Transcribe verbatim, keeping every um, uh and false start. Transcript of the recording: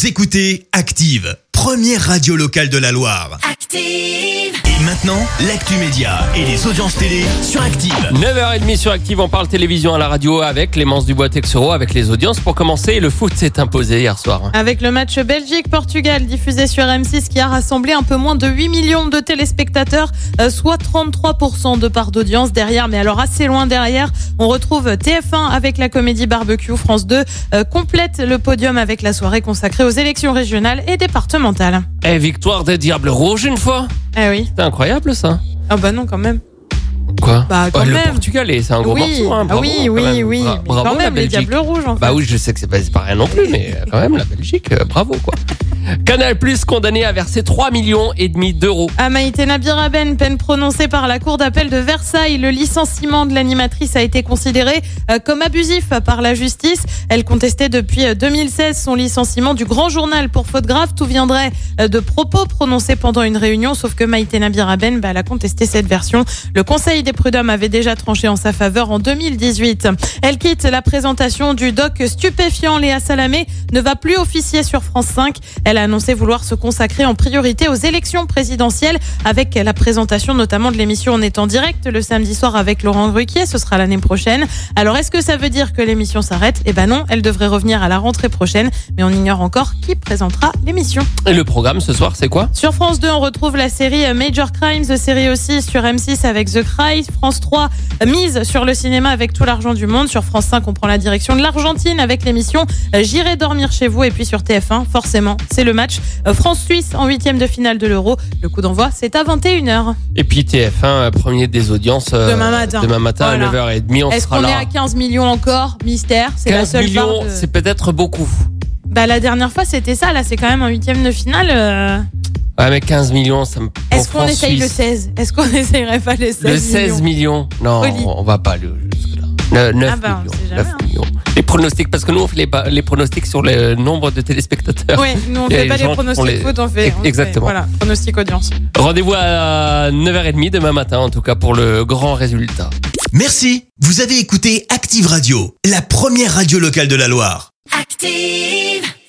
Vous écoutez Active, première radio locale de la Loire. Active! Et maintenant, l'actu média et les audiences télé sur Active. neuf heures trente sur Active, on parle télévision à la radio avec Clémence Dubois-Texero, avec les audiences. Pour commencer, le foot s'est imposé hier soir. Avec le match Belgique-Portugal diffusé sur M six qui a rassemblé un peu moins de huit millions de téléspectateurs, soit trente-trois pour cent de part d'audience derrière. Mais alors assez loin derrière, on retrouve T F un avec la comédie Barbecue. France deux euh, complète le podium avec la soirée consacrée aux élections régionales et départementales. Eh, victoire des Diables Rouges une fois. Eh oui. C'est incroyable ça. Ah bah non quand même. Quoi? Bah quand oh, même. Le Portugal, c'est un gros oui. morceau. Hein, bravo, oui, oui, même. oui. Bra- Mais bravo quand la même, les Belgique. Diables Rouges en fait. Bah oui, je sais que c'est pas, c'est pas rien non plus, mais quand même la Belgique, euh, bravo quoi. Canal Plus condamné à verser trois millions et demi d'euros. À Maïtena Biraben, peine prononcée par la Cour d'appel de Versailles. Le licenciement de l'animatrice a été considéré euh, comme abusif par la justice. Elle contestait depuis deux mille seize son licenciement du Grand Journal pour faute grave. Tout viendrait euh, de propos prononcés pendant une réunion, sauf que Maïtena Biraben, bah, elle a contesté cette version. Le Conseil des prud'hommes avait déjà tranché en sa faveur en deux mille dix-huit. Elle quitte la présentation du doc stupéfiant. Léa Salamé ne va plus officier sur France cinq. Elle a annoncé vouloir se consacrer en priorité aux élections présidentielles avec la présentation notamment de l'émission On est en direct le samedi soir avec Laurent Ruquier. Ce sera l'année prochaine. Alors est-ce que ça veut dire que l'émission s'arrête? Eh ben non, elle devrait revenir à la rentrée prochaine, mais on ignore encore qui présentera l'émission. Et le programme ce soir, c'est quoi? Sur France deux, on retrouve la série Major Crimes, série aussi sur M six avec The Cry. France trois, mise sur le cinéma avec Tout l'argent du monde. Sur France cinq, on prend la direction de l'Argentine avec l'émission J'irai dormir chez vous. Et puis sur T F un, forcément, c'est le match France-Suisse en huitième de finale de l'Euro. Le coup d'envoi, c'est à vingt et une heures. Et puis T F un, premier des audiences euh, demain matin, demain matin voilà. à neuf heures trente. On Est-ce sera qu'on là. est à quinze millions encore? Mystère, c'est la quinze seule part millions, de... c'est peut-être beaucoup. Bah, la dernière fois, c'était ça. Là, c'est quand même un huitième de finale. Euh... Ouais, mais quinze millions, ça me... Est-ce qu'on France, essaye Suisse. le seize? Est-ce qu'on essayerait pas les seize Le seize millions? Non, Oli. on va pas aller jusque-là. neuf Ah bah, on millions. sait jamais, neuf hein. millions. Les pronostics, parce que nous, on fait les, les pronostics sur le nombre de téléspectateurs. Oui, nous on Il y a fait les pas les gens qui pronostics font les- foot, on fait, on Exactement. fait, voilà, pronostic audience. Rendez-vous à neuf heures trente demain matin, en tout cas, pour le grand résultat. Merci. Vous avez écouté Active Radio, la première radio locale de la Loire. Active!